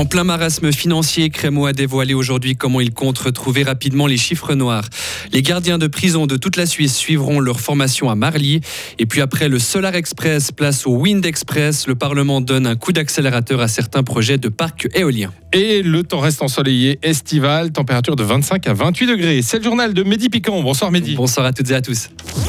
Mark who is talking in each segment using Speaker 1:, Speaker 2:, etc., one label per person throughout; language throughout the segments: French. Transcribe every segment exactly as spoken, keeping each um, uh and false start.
Speaker 1: En plein marasme financier, Crémaux a dévoilé aujourd'hui comment il compte retrouver rapidement les chiffres noirs. Les gardiens de prison de toute la Suisse suivront leur formation à Marly. Et puis après le Solar Express, place au Wind Express, le Parlement donne un coup d'accélérateur à certains projets de parcs éoliens.
Speaker 2: Et le temps reste ensoleillé, estival, température de vingt-cinq à vingt-huit degrés. C'est le journal de Mehdi Piquant. Bonsoir Mehdi.
Speaker 1: Bonsoir à toutes et à tous.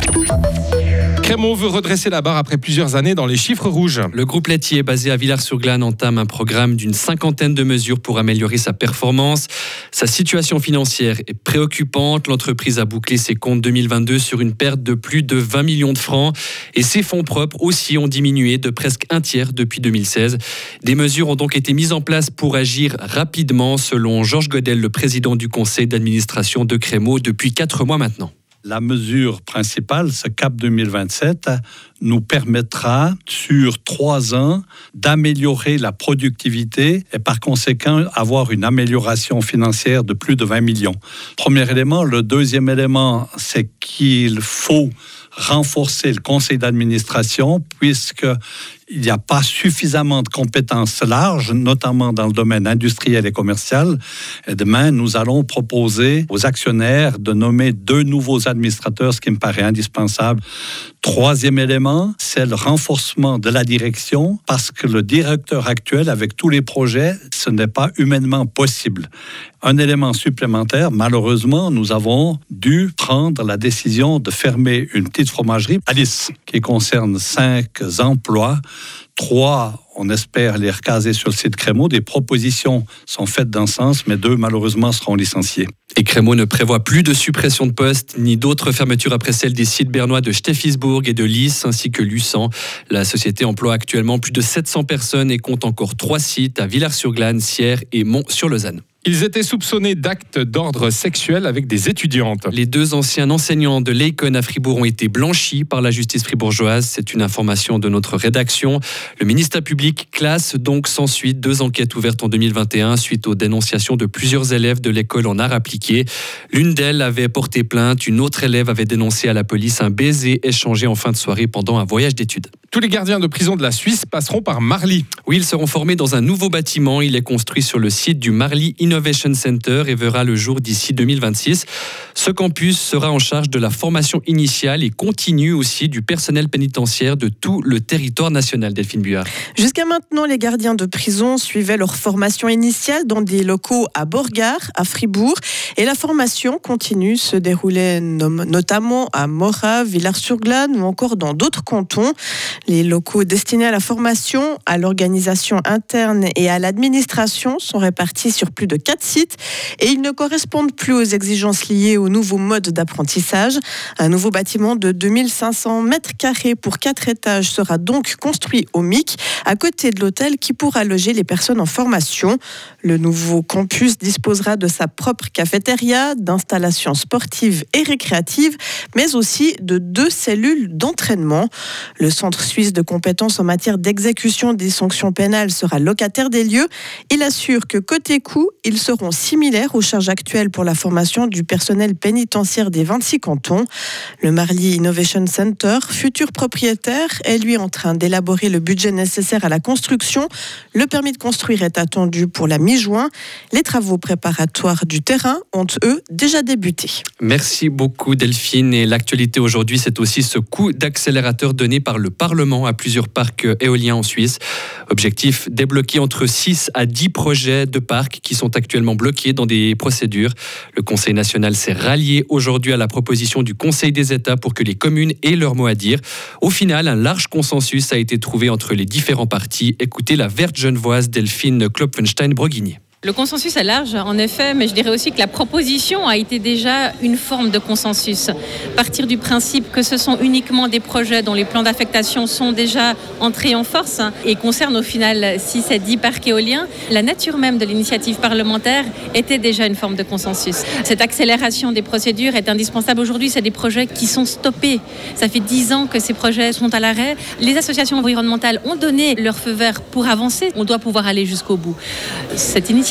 Speaker 2: Crémaux veut redresser la barre après plusieurs années dans les chiffres rouges.
Speaker 1: Le groupe laitier basé à Villars-sur-Glâne entame un programme d'une cinquantaine de mesures pour améliorer sa performance. Sa situation financière est préoccupante. L'entreprise a bouclé ses comptes deux mille vingt-deux sur une perte de plus de vingt millions de francs. Et ses fonds propres aussi ont diminué de presque un tiers depuis deux mille seize. Des mesures ont donc été mises en place pour agir rapidement, selon Georges Godel, le président du conseil d'administration de Crémaux, depuis quatre mois maintenant.
Speaker 3: La mesure principale, ce C A P deux mille vingt-sept, nous permettra, sur trois ans, d'améliorer la productivité et par conséquent avoir une amélioration financière de plus de vingt millions. Premier élément. Le deuxième élément, c'est qu'il faut renforcer le conseil d'administration puisque il n'y a pas suffisamment de compétences larges, notamment dans le domaine industriel et commercial. Et demain, nous allons proposer aux actionnaires de nommer deux nouveaux administrateurs, ce qui me paraît indispensable. Troisième élément, c'est le renforcement de la direction, parce que le directeur actuel, avec tous les projets, ce n'est pas humainement possible. Un élément supplémentaire, malheureusement, nous avons dû prendre la décision de fermer une petite fromagerie, Alice, qui concerne cinq emplois. Trois, on espère les recaser sur le site Crémaux. Des propositions sont faites dans ce sens, mais deux, malheureusement, seront licenciés.
Speaker 1: Et Crémaux ne prévoit plus de suppression de postes, ni d'autres fermetures après celle des sites bernois de Steffisburg et de Lys, ainsi que Lucent. La société emploie actuellement plus de sept cents personnes et compte encore trois sites à Villars-sur-Glâne, Sierre et Mont-sur-Lausanne.
Speaker 2: Ils étaient soupçonnés d'actes d'ordre sexuel avec des étudiantes.
Speaker 1: Les deux anciens enseignants de l'Eikon à Fribourg ont été blanchis par la justice fribourgeoise. C'est une information de notre rédaction. Le ministère public classe donc sans suite deux enquêtes ouvertes en deux mille vingt et un suite aux dénonciations de plusieurs élèves de l'école en art appliqué. L'une d'elles avait porté plainte. Une autre élève avait dénoncé à la police un baiser échangé en fin de soirée pendant un voyage d'études.
Speaker 2: Tous les gardiens de prison de la Suisse passeront par Marly.
Speaker 1: Oui, ils seront formés dans un nouveau bâtiment. Il est construit sur le site du Marly Innovation Center et verra le jour d'ici deux mille vingt-six. Ce campus sera en charge de la formation initiale et continue aussi du personnel pénitentiaire de tout le territoire national. Delphine Buard.
Speaker 4: Jusqu'à maintenant, les gardiens de prison suivaient leur formation initiale dans des locaux à Borgard, à Fribourg, et la formation continue se déroulait notamment à Morat, Villars-sur-Glâne ou encore dans d'autres cantons. Les locaux destinés à la formation, à l'organisation interne et à l'administration sont répartis sur plus de quatre sites et ils ne correspondent plus aux exigences liées au nouveau mode d'apprentissage. Un nouveau bâtiment de deux mille cinq cents mètres carrés pour quatre étages sera donc construit au M I C, à côté de l'hôtel qui pourra loger les personnes en formation. Le nouveau campus disposera de sa propre cafétéria, d'installations sportives et récréatives, mais aussi de deux cellules d'entraînement. Le Centre suisse de compétences en matière d'exécution des sanctions pénales sera locataire des lieux. Il assure que côté coût, ils seront similaires aux charges actuelles pour la formation du personnel pénitentiaire des vingt-six cantons. Le Marly Innovation Center, futur propriétaire, est lui en train d'élaborer le budget nécessaire à la construction. Le permis de construire est attendu pour la mi-juin. Les travaux préparatoires du terrain ont, eux, déjà débuté.
Speaker 1: Merci beaucoup Delphine. Et l'actualité aujourd'hui, c'est aussi ce coup d'accélérateur donné par le Parlement à plusieurs parcs éoliens en Suisse. Objectif, débloquer entre six à dix projets de parcs qui sont actuellement bloqués dans des procédures. Le Conseil national s'est rallié aujourd'hui à la proposition du Conseil des États pour que les communes aient leur mot à dire. Au final, un large consensus a été trouvé entre les différents partis. Écoutez la verte genevoise Delphine Klopfenstein-Broguigny.
Speaker 5: Le consensus est large, en effet, mais je dirais aussi que la proposition a été déjà une forme de consensus. Partir du principe que ce sont uniquement des projets dont les plans d'affectation sont déjà entrés en force et concernent au final six à dix parcs éoliens, la nature même de l'initiative parlementaire était déjà une forme de consensus. Cette accélération des procédures est indispensable aujourd'hui. C'est des projets qui sont stoppés. Ça fait dix ans que ces projets sont à l'arrêt. Les associations environnementales ont donné leur feu vert pour avancer. On doit pouvoir aller jusqu'au bout. Cette initiative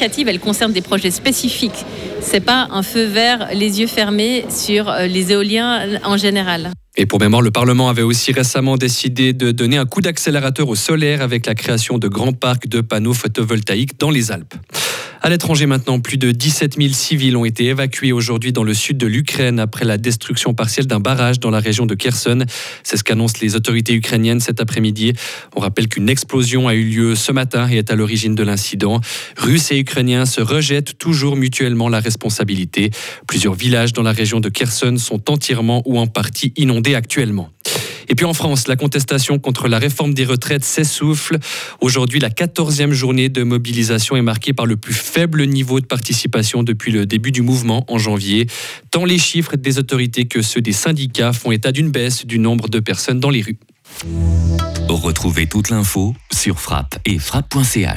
Speaker 5: l'initiative, elle concerne des projets spécifiques. C'est pas un feu vert, les yeux fermés sur les éoliens en général.
Speaker 1: Et pour mémoire, le Parlement avait aussi récemment décidé de donner un coup d'accélérateur au solaire avec la création de grands parcs de panneaux photovoltaïques dans les Alpes. À l'étranger maintenant, plus de dix-sept mille civils ont été évacués aujourd'hui dans le sud de l'Ukraine après la destruction partielle d'un barrage dans la région de Kherson. C'est ce qu'annoncent les autorités ukrainiennes cet après-midi. On rappelle qu'une explosion a eu lieu ce matin et est à l'origine de l'incident. Russes et Ukrainiens se rejettent toujours mutuellement la responsabilité. Plusieurs villages dans la région de Kherson sont entièrement ou en partie inondés actuellement. Et puis en France, la contestation contre la réforme des retraites s'essouffle. Aujourd'hui, la quatorzième journée de mobilisation est marquée par le plus faible niveau de participation depuis le début du mouvement en janvier. Tant les chiffres des autorités que ceux des syndicats font état d'une baisse du nombre de personnes dans les rues.
Speaker 6: Retrouvez toute l'info sur frappe et frappe point c h.